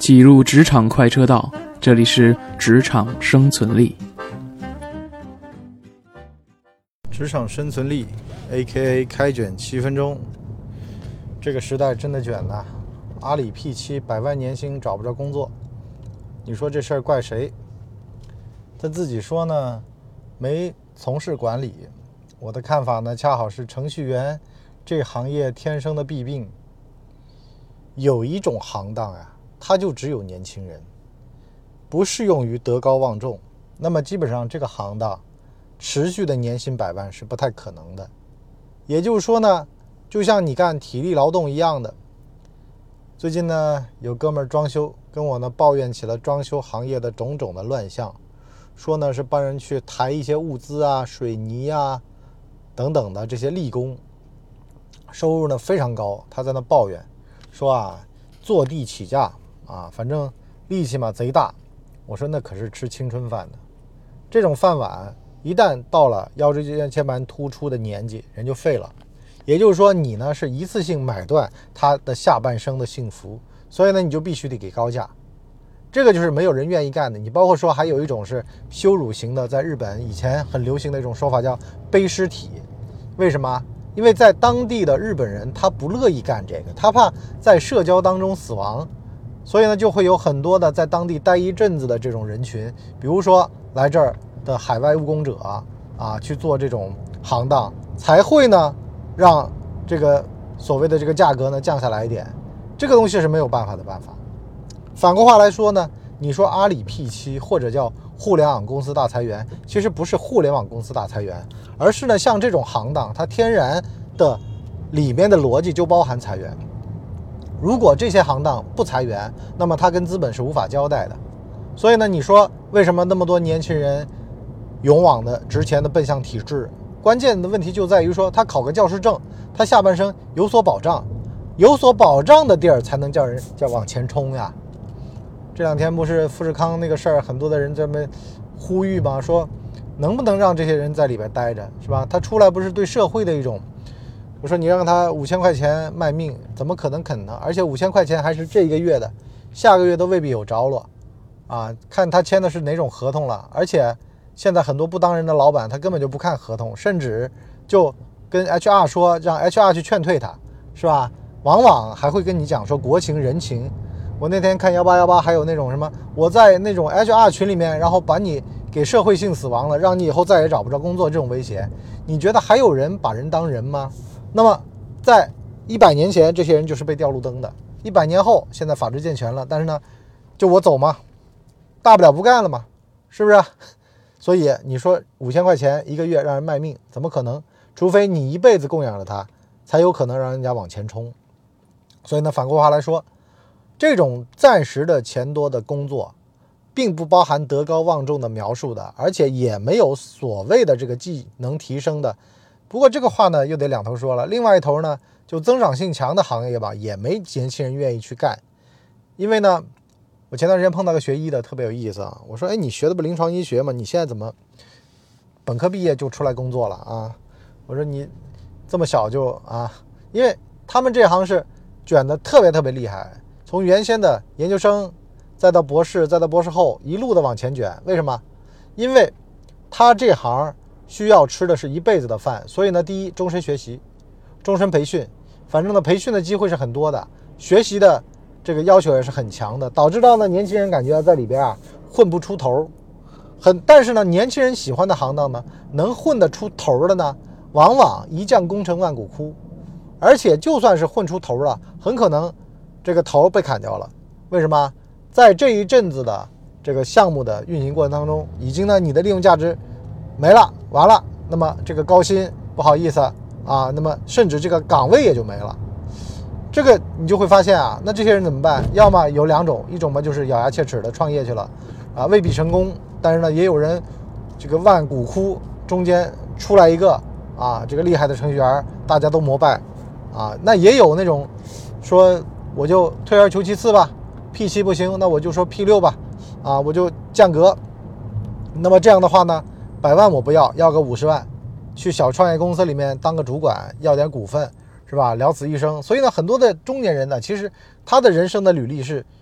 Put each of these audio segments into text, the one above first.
挤入职场快车道，这里是职场生存力。 职场生存力 AKA 开卷7分钟。这个时代真的卷呐，阿里 P7 100万年薪找不着工作，你说这事儿怪谁？他自己说呢，没从事管理。我的看法呢，恰好是程序员这行业天生的弊病。有一种行当呀，它就只有年轻人，不适用于德高望重，那么基本上这个行当持续的年薪100万是不太可能的。也就是说呢，就像你干体力劳动一样的。最近呢，有哥们儿装修跟我呢抱怨起了装修行业的种种的乱象，说呢是帮人去抬一些物资啊、水泥啊等等的这些力工，收入呢非常高。他在那抱怨说啊，坐地起价啊，反正力气嘛贼大。我说那可是吃青春饭的，这种饭碗一旦到了腰间盘突出的年纪，人就废了。也就是说，你呢是一次性买断他的下半生的幸福，所以呢你就必须得给高价。这个就是没有人愿意干的。你包括说还有一种是羞辱型的，在日本以前很流行的一种说法叫背尸体。为什么？因为在当地的日本人他不乐意干这个，他怕在社交当中死亡，所以呢就会有很多的在当地待一阵子的这种人群，比如说来这儿的海外务工者啊去做这种行当，才会呢让这个所谓的这个价格呢降下来一点。这个东西是没有办法的办法。反过话来说呢，你说阿里 P7 或者叫互联网公司大裁员，其实不是互联网公司大裁员，而是呢像这种行当它天然的里面的逻辑就包含裁员。如果这些行当不裁员，那么它跟资本是无法交代的。所以呢，你说为什么那么多年轻人勇往的直前的奔向体制？关键的问题就在于说，他考个教师证，他下半生有所保障，有所保障的地儿才能叫人往前冲呀。这两天不是富士康那个事儿，很多的人这么呼吁嘛，说能不能让这些人在里边待着，是吧？他出来不是对社会的一种，我说你让他5000块钱卖命，怎么可能肯呢？而且5000块钱还是这个月的，下个月都未必有着落啊！看他签的是哪种合同了。而且现在很多不当人的老板，他根本就不看合同，甚至就跟 HR 说，让 HR 去劝退他，是吧？往往还会跟你讲说国情人情。我那天看1818还有那种什么，我在那种 HR 群里面，然后把你给社会性死亡了，让你以后再也找不着工作，这种威胁，你觉得还有人把人当人吗？那么在100年前，这些人就是被吊路灯的。100年后，现在法治健全了，但是呢，就我走嘛，大不了不干了嘛，是不是？所以你说5000块钱一个月让人卖命，怎么可能？除非你一辈子供养了他，才有可能让人家往前冲。所以呢，反过话来说，这种暂时的钱多的工作，并不包含德高望重的描述的，而且也没有所谓的这个技能提升的。不过这个话呢，又得两头说了。另外一头呢，就增长性强的行业吧，也没年轻人愿意去干。因为呢，我前段时间碰到个学医的，特别有意思啊。我说，你学的不临床医学吗？你现在怎么本科毕业就出来工作了啊？我说你这么小就啊，因为他们这行是卷的特别特别厉害。从原先的研究生，再到博士，再到博士后，一路的往前卷。为什么？因为他这行需要吃的是一辈子的饭，所以呢，第一，终身学习，终身培训，反正呢，培训的机会是很多的，学习的这个要求也是很强的，导致到呢，年轻人感觉在里边混不出头。但是呢，年轻人喜欢的行当呢，能混得出头的呢，往往一将功成万骨枯，而且就算是混出头了，很可能这个头被砍掉了。为什么？在这一阵子的这个项目的运行过程当中，已经呢你的利用价值没了，完了，那么这个高薪不好意思啊，那么甚至这个岗位也就没了。这个你就会发现啊，那这些人怎么办？要么有两种，一种嘛就是咬牙切齿的创业去了啊，未必成功，但是呢也有人这个万骨枯，中间出来一个啊这个厉害的程序员，大家都膜拜啊。那也有那种说我就退而求其次吧， P7 不行，那我就说 P6 吧，啊我就降格。那么这样的话呢，100万我不要，要个50万，去小创业公司里面当个主管，要点股份，是吧？了此一生。所以呢，很多的中年人呢，其实他的人生的履历是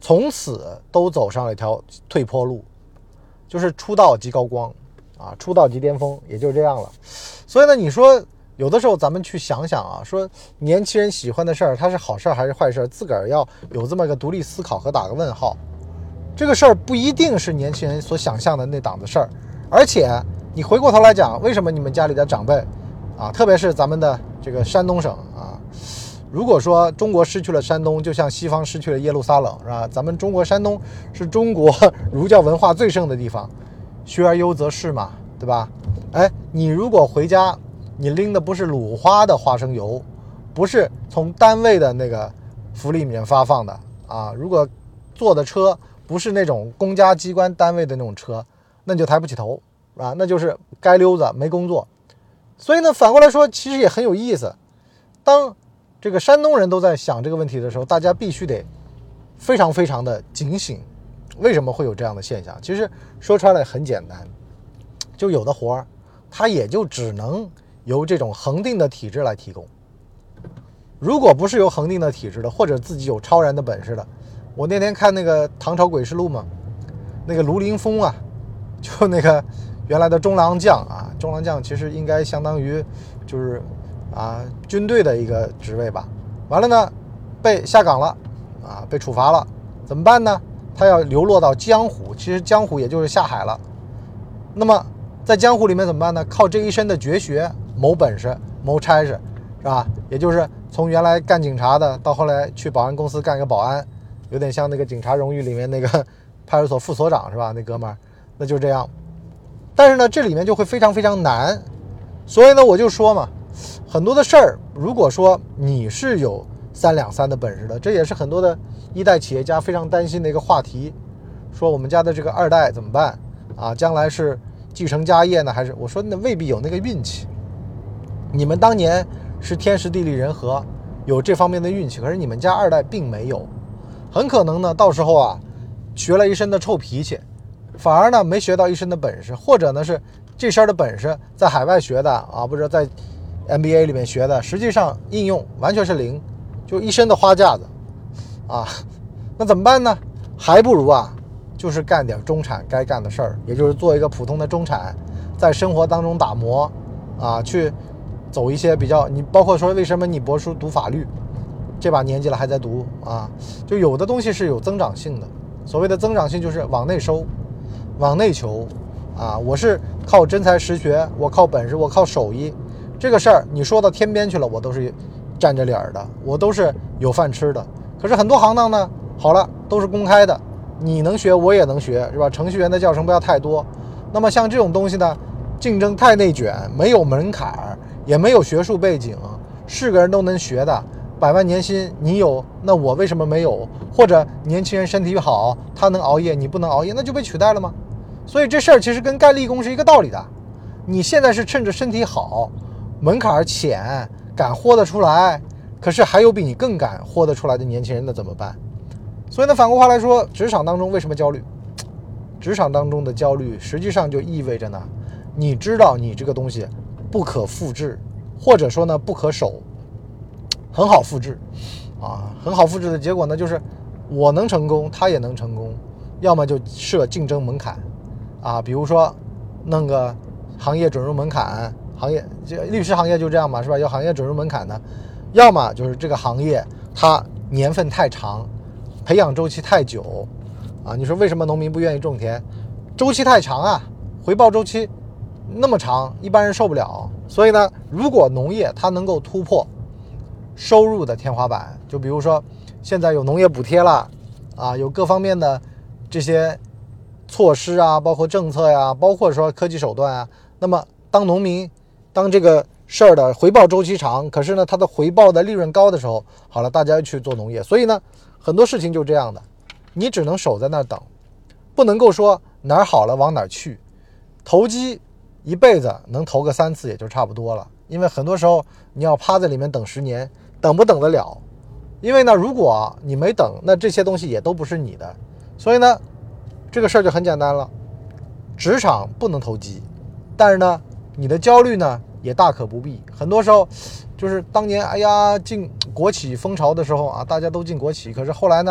从此都走上了一条退坡路，就是出道即高光啊，出道即巅峰，也就这样了。所以呢，你说有的时候咱们去想想啊，说年轻人喜欢的事儿，它是好事还是坏事，自个儿要有这么一个独立思考和打个问号。这个事儿不一定是年轻人所想象的那档子事儿，而且你回过头来讲，为什么你们家里的长辈啊，特别是咱们的这个山东省啊，如果说中国失去了山东，就像西方失去了耶路撒冷，是吧？咱们中国山东是中国儒教文化最盛的地方，学而优则仕嘛，对吧？哎，你如果回家，你拎的不是鲁花的花生油，不是从单位的那个福利里面发放的啊，如果坐的车不是那种公家机关单位的那种车，那你就抬不起头啊，那就是街溜子没工作。所以呢，反过来说，其实也很有意思。当这个山东人都在想这个问题的时候，大家必须得非常非常的警醒。为什么会有这样的现象？其实说出来很简单，就有的活儿，它也就只能由这种恒定的体制来提供。如果不是由恒定的体制的，或者自己有超然的本事的，我那天看那个唐朝诡事录嘛，那个卢凌风啊，就那个原来的中郎将啊，中郎将其实应该相当于就是军队的一个职位吧。完了呢，被下岗了啊，被处罚了，怎么办呢？他要流落到江湖，其实江湖也就是下海了。那么在江湖里面怎么办呢？靠这一身的绝学谋本事谋差事，是吧？也就是从原来干警察的到后来去保安公司干个保安，有点像那个警察荣誉里面那个派出所副所长，是吧？那哥们儿那就这样。但是呢，这里面就会非常非常难。所以呢，我就说嘛，很多的事儿，如果说你是有3两3的本事的，这也是很多的一代企业家非常担心的一个话题。说我们家的这个2代怎么办啊？将来是继承家业呢，还是我说那未必有那个运气。你们当年是天时地利人和，有这方面的运气，可是你们家2代并没有，很可能呢，到时候啊，学了一身的臭脾气，反而呢没学到一身的本事，或者呢是这身的本事在海外学的啊，不是在 MBA 里面学的，实际上应用完全是零，就一身的花架子啊。那怎么办呢？还不如啊，就是干点中产该干的事儿，也就是做一个普通的中产，在生活当中打磨啊，去走一些比较，你包括说为什么你博士读法律，这把年纪了还在读啊，就有的东西是有增长性的。所谓的增长性就是往内收，往内求啊。我是靠真才实学，我靠本事，我靠手艺，这个事儿你说到天边去了，我都是占着脸的，我都是有饭吃的。可是很多行当呢，好了，都是公开的，你能学我也能学，是吧？程序员的教程不要太多。那么像这种东西呢，竞争太内卷，没有门槛，也没有学术背景，是个人都能学的，100万年薪你有，那我为什么没有？或者年轻人身体好，他能熬夜，你不能熬夜，那就被取代了吗？所以这事儿其实跟干立功是一个道理的。你现在是趁着身体好，门槛浅，敢豁得出来，可是还有比你更敢豁得出来的年轻人，那怎么办？所以呢，反过话来说，职场当中为什么焦虑？职场当中的焦虑实际上就意味着呢，你知道你这个东西不可复制，或者说呢不可守。很好复制啊，很好复制的结果呢，就是我能成功，他也能成功，要么就设竞争门槛啊，比如说弄个行业准入门槛，行业律师行业就这样嘛，是吧？有行业准入门槛的，要么就是这个行业它年份太长，培养周期太久啊。你说为什么农民不愿意种田？周期太长啊，回报周期那么长，一般人受不了。所以呢，如果农业它能够突破收入的天花板，就比如说现在有农业补贴了啊，有各方面的这些措施啊，包括政策呀，包括说科技手段啊，那么当农民当这个事儿的回报周期长，可是呢它的回报的利润高的时候，好了，大家去做农业。所以呢很多事情就这样的，你只能守在那儿等，不能够说哪儿好了往哪儿去。投机一辈子能投个3次也就差不多了，因为很多时候你要趴在里面等10年，等不等得了？因为呢，如果你没等，那这些东西也都不是你的。所以呢，这个事儿就很简单了，职场不能投机，但是呢，你的焦虑呢也大可不必。很多时候，就是当年进国企风潮的时候啊，大家都进国企，可是后来呢，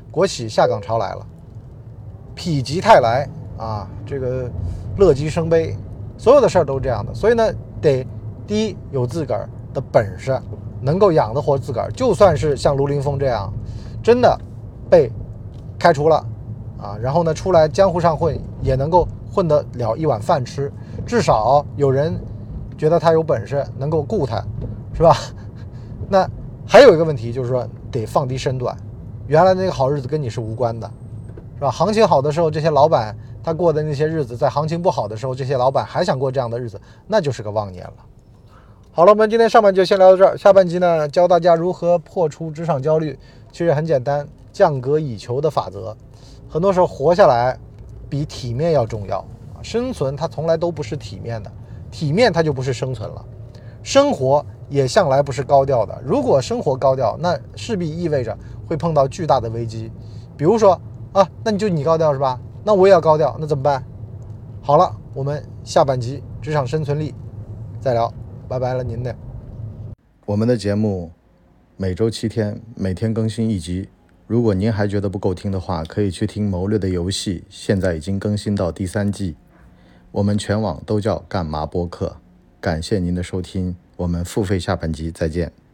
国企下岗潮来了，否极泰来啊，这个乐极生悲，所有的事儿都是这样的。所以呢，得第一有自个儿的本事，能够养得活自个儿。就算是像卢凌风这样，真的被开除了啊，然后呢出来江湖上混，也能够混得了一碗饭吃，至少有人觉得他有本事，能够雇他，是吧？那还有一个问题就是说，得放低身段，原来那个好日子跟你是无关的，是吧？行情好的时候，这些老板他过的那些日子，在行情不好的时候，这些老板还想过这样的日子，那就是个妄念了。好了，我们今天上半集就先聊到这儿，下半集呢教大家如何破除职场焦虑。其实很简单，降格以求的法则。很多时候活下来比体面要重要，生存它从来都不是体面的，体面它就不是生存了。生活也向来不是高调的，如果生活高调，那势必意味着会碰到巨大的危机。比如说啊，那你高调是吧？那我也要高调，那怎么办？好了，我们下半集职场生存力再聊，拜拜了您呢。我们的节目每周7天，每天更新1集。如果您还觉得不够听的话，可以去听《谋略的游戏》，现在已经更新到第3季。我们全网都叫干嘛播客。感谢您的收听，我们付费下半集再见。